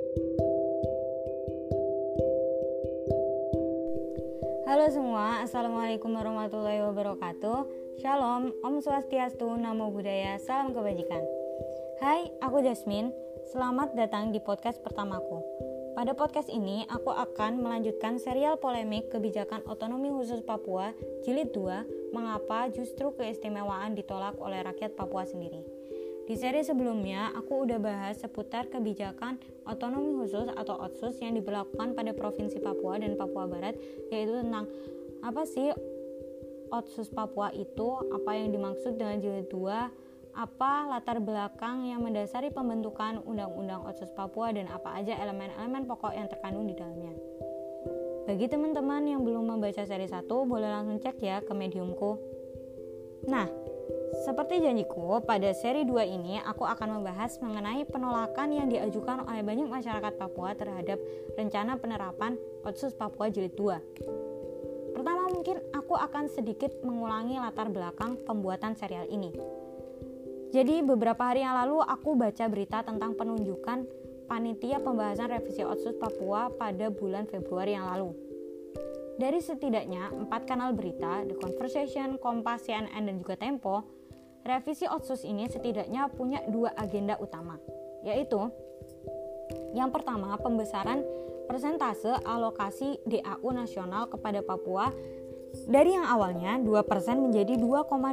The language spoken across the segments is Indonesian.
Halo semua, Assalamualaikum warahmatullahi wabarakatuh. Shalom, Om Swastiastu, Namo Buddhaya, salam kebajikan. Hai, aku Jasmine. Selamat datang di podcast pertamaku. Pada podcast ini, aku akan melanjutkan serial polemik kebijakan otonomi khusus Papua Jilid 2, mengapa justru keistimewaan ditolak oleh rakyat Papua sendiri. Di seri sebelumnya, aku udah bahas seputar kebijakan otonomi khusus atau OTKHUS yang diberlakukan pada Provinsi Papua dan Papua Barat, yaitu tentang apa sih OTKHUS Papua itu, apa yang dimaksud dengan Jilid 2, apa latar belakang yang mendasari pembentukan Undang-Undang OTKHUS Papua, dan apa aja elemen-elemen pokok yang terkandung di dalamnya. Bagi teman-teman yang belum membaca seri 1, boleh langsung cek ya ke mediumku. Nah, seperti janjiku, pada seri 2 ini aku akan membahas mengenai penolakan yang diajukan oleh banyak masyarakat Papua terhadap rencana penerapan OTKHUS Papua Jilid 2. Pertama, mungkin aku akan sedikit mengulangi latar belakang pembuatan serial ini. Jadi beberapa hari yang lalu aku baca berita tentang penunjukan panitia pembahasan revisi OTKHUS Papua pada bulan Februari yang lalu. Dari setidaknya 4 kanal berita, The Conversation, Kompas, CNN, dan juga Tempo, revisi OTKHUS ini setidaknya punya 2 agenda utama, yaitu yang pertama, pembesaran persentase alokasi DAU nasional kepada Papua dari yang awalnya 2% menjadi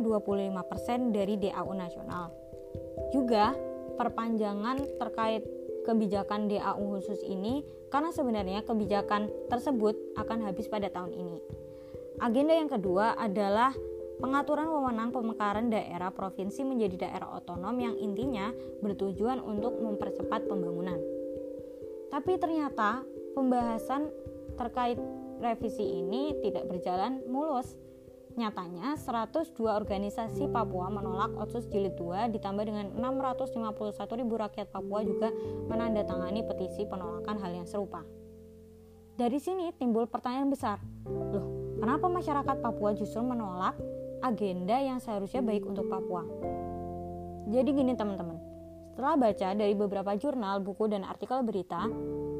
2,25% dari DAU nasional. Juga perpanjangan terkait kebijakan DAU khusus ini karena sebenarnya kebijakan tersebut akan habis pada tahun ini. Agenda yang kedua adalah pengaturan wewenang pemekaran daerah provinsi menjadi daerah otonom yang intinya bertujuan untuk mempercepat pembangunan. Tapi ternyata pembahasan terkait revisi ini tidak berjalan mulus. Nyatanya 102 organisasi Papua menolak OTKHUS Jilid 2 ditambah dengan 651.000 rakyat Papua juga menandatangani petisi penolakan hal yang serupa. Dari sini timbul pertanyaan besar. Loh, kenapa masyarakat Papua justru menolak agenda yang seharusnya baik untuk Papua? Jadi gini teman-teman, setelah baca dari beberapa jurnal, buku, dan artikel berita,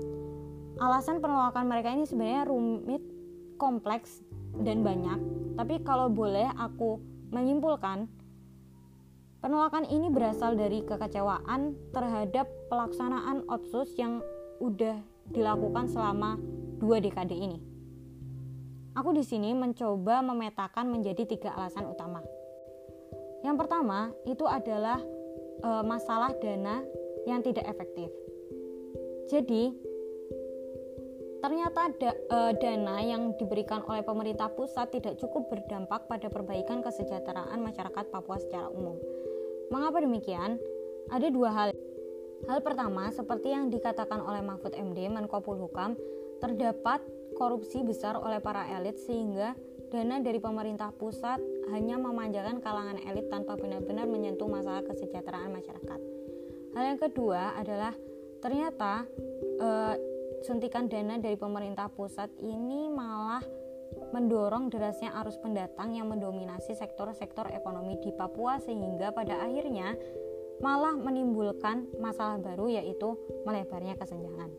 alasan penolakan mereka ini sebenarnya rumit, kompleks, dan banyak. Tapi kalau boleh aku menyimpulkan, penolakan ini berasal dari kekecewaan terhadap pelaksanaan OTKHUS yang udah dilakukan selama 2 dekade ini. Aku di sini mencoba memetakan menjadi 3 alasan utama. Yang pertama itu adalah masalah dana yang tidak efektif. Jadi ternyata dana yang diberikan oleh pemerintah pusat tidak cukup berdampak pada perbaikan kesejahteraan masyarakat Papua secara umum. Mengapa demikian? Ada 2 hal. Hal pertama, seperti yang dikatakan oleh Mahfud MD, Menko Polhukam, terdapat korupsi besar oleh para elit sehingga dana dari pemerintah pusat hanya memanjakan kalangan elit tanpa benar-benar menyentuh masalah kesejahteraan masyarakat. Hal yang kedua adalah ternyata suntikan dana dari pemerintah pusat ini malah mendorong derasnya arus pendatang yang mendominasi sektor-sektor ekonomi di Papua sehingga pada akhirnya malah menimbulkan masalah baru, yaitu melebarnya kesenjangan.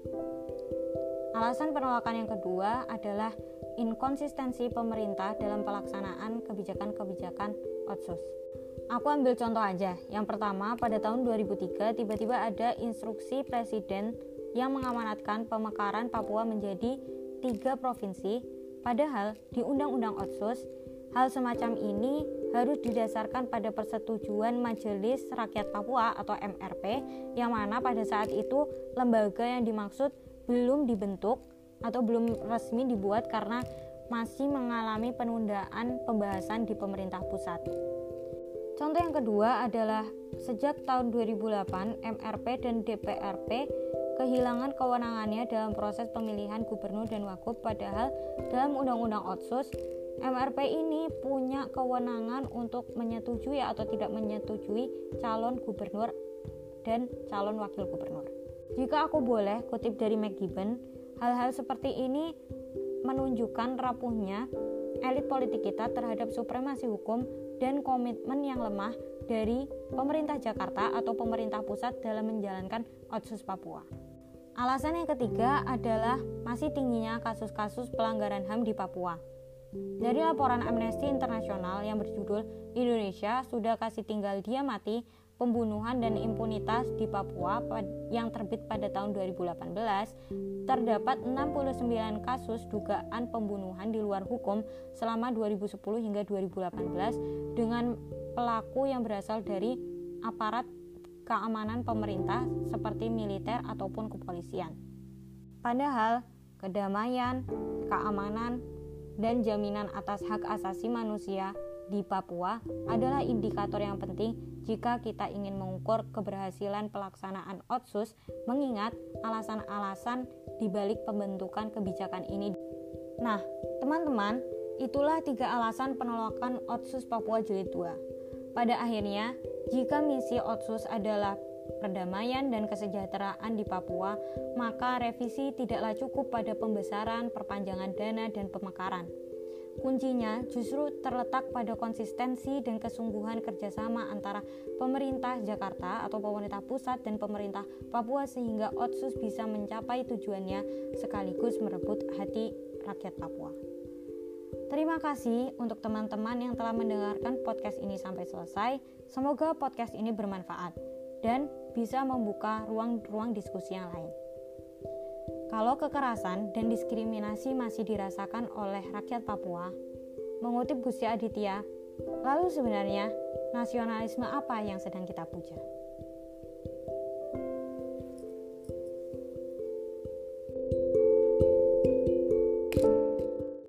Alasan penolakan yang kedua adalah inkonsistensi pemerintah dalam pelaksanaan kebijakan-kebijakan OTKHUS. Aku ambil contoh aja. Yang pertama, pada tahun 2003 tiba-tiba ada instruksi presiden yang mengamanatkan pemekaran Papua menjadi 3 provinsi, padahal di Undang-Undang OTKHUS, hal semacam ini harus didasarkan pada persetujuan Majelis Rakyat Papua atau MRP, yang mana pada saat itu lembaga yang dimaksud belum dibentuk atau belum resmi dibuat karena masih mengalami penundaan pembahasan di pemerintah pusat. Contoh yang kedua adalah sejak tahun 2008 MRP dan DPRP kehilangan kewenangannya dalam proses pemilihan gubernur dan wagub, padahal dalam Undang-Undang OTKHUS MRP ini punya kewenangan untuk menyetujui atau tidak menyetujui calon gubernur dan calon wakil gubernur. Jika aku boleh kutip dari McGibbon, hal-hal seperti ini menunjukkan rapuhnya elit politik kita terhadap supremasi hukum dan komitmen yang lemah dari pemerintah Jakarta atau pemerintah pusat dalam menjalankan OTKHUS Papua. Alasan yang ketiga adalah masih tingginya kasus-kasus pelanggaran HAM di Papua. Dari laporan Amnesty International yang berjudul Indonesia Sudah Kasih Tinggal Dia Mati, Pembunuhan dan Impunitas di Papua yang terbit pada tahun 2018, terdapat 69 kasus dugaan pembunuhan di luar hukum selama 2010 hingga 2018 dengan pelaku yang berasal dari aparat keamanan pemerintah seperti militer ataupun kepolisian. Padahal kedamaian, keamanan, dan jaminan atas hak asasi manusia di Papua adalah indikator yang penting jika kita ingin mengukur keberhasilan pelaksanaan Otsus, mengingat alasan-alasan di balik pembentukan kebijakan ini. Nah, teman-teman, itulah 3 alasan penolakan Otsus Papua Jilid 2. Pada akhirnya, jika misi Otsus adalah perdamaian dan kesejahteraan di Papua, maka revisi tidaklah cukup pada pembesaran, perpanjangan dana, dan pemekaran. Kuncinya justru terletak pada konsistensi dan kesungguhan kerjasama antara pemerintah Jakarta atau pemerintah pusat dan pemerintah Papua sehingga Otsus bisa mencapai tujuannya sekaligus merebut hati rakyat Papua. Terima kasih untuk teman-teman yang telah mendengarkan podcast ini sampai selesai. Semoga podcast ini bermanfaat dan bisa membuka ruang-ruang diskusi yang lain. Kalau kekerasan dan diskriminasi masih dirasakan oleh rakyat Papua, mengutip Gusti Aditya, lalu sebenarnya nasionalisme apa yang sedang kita puja?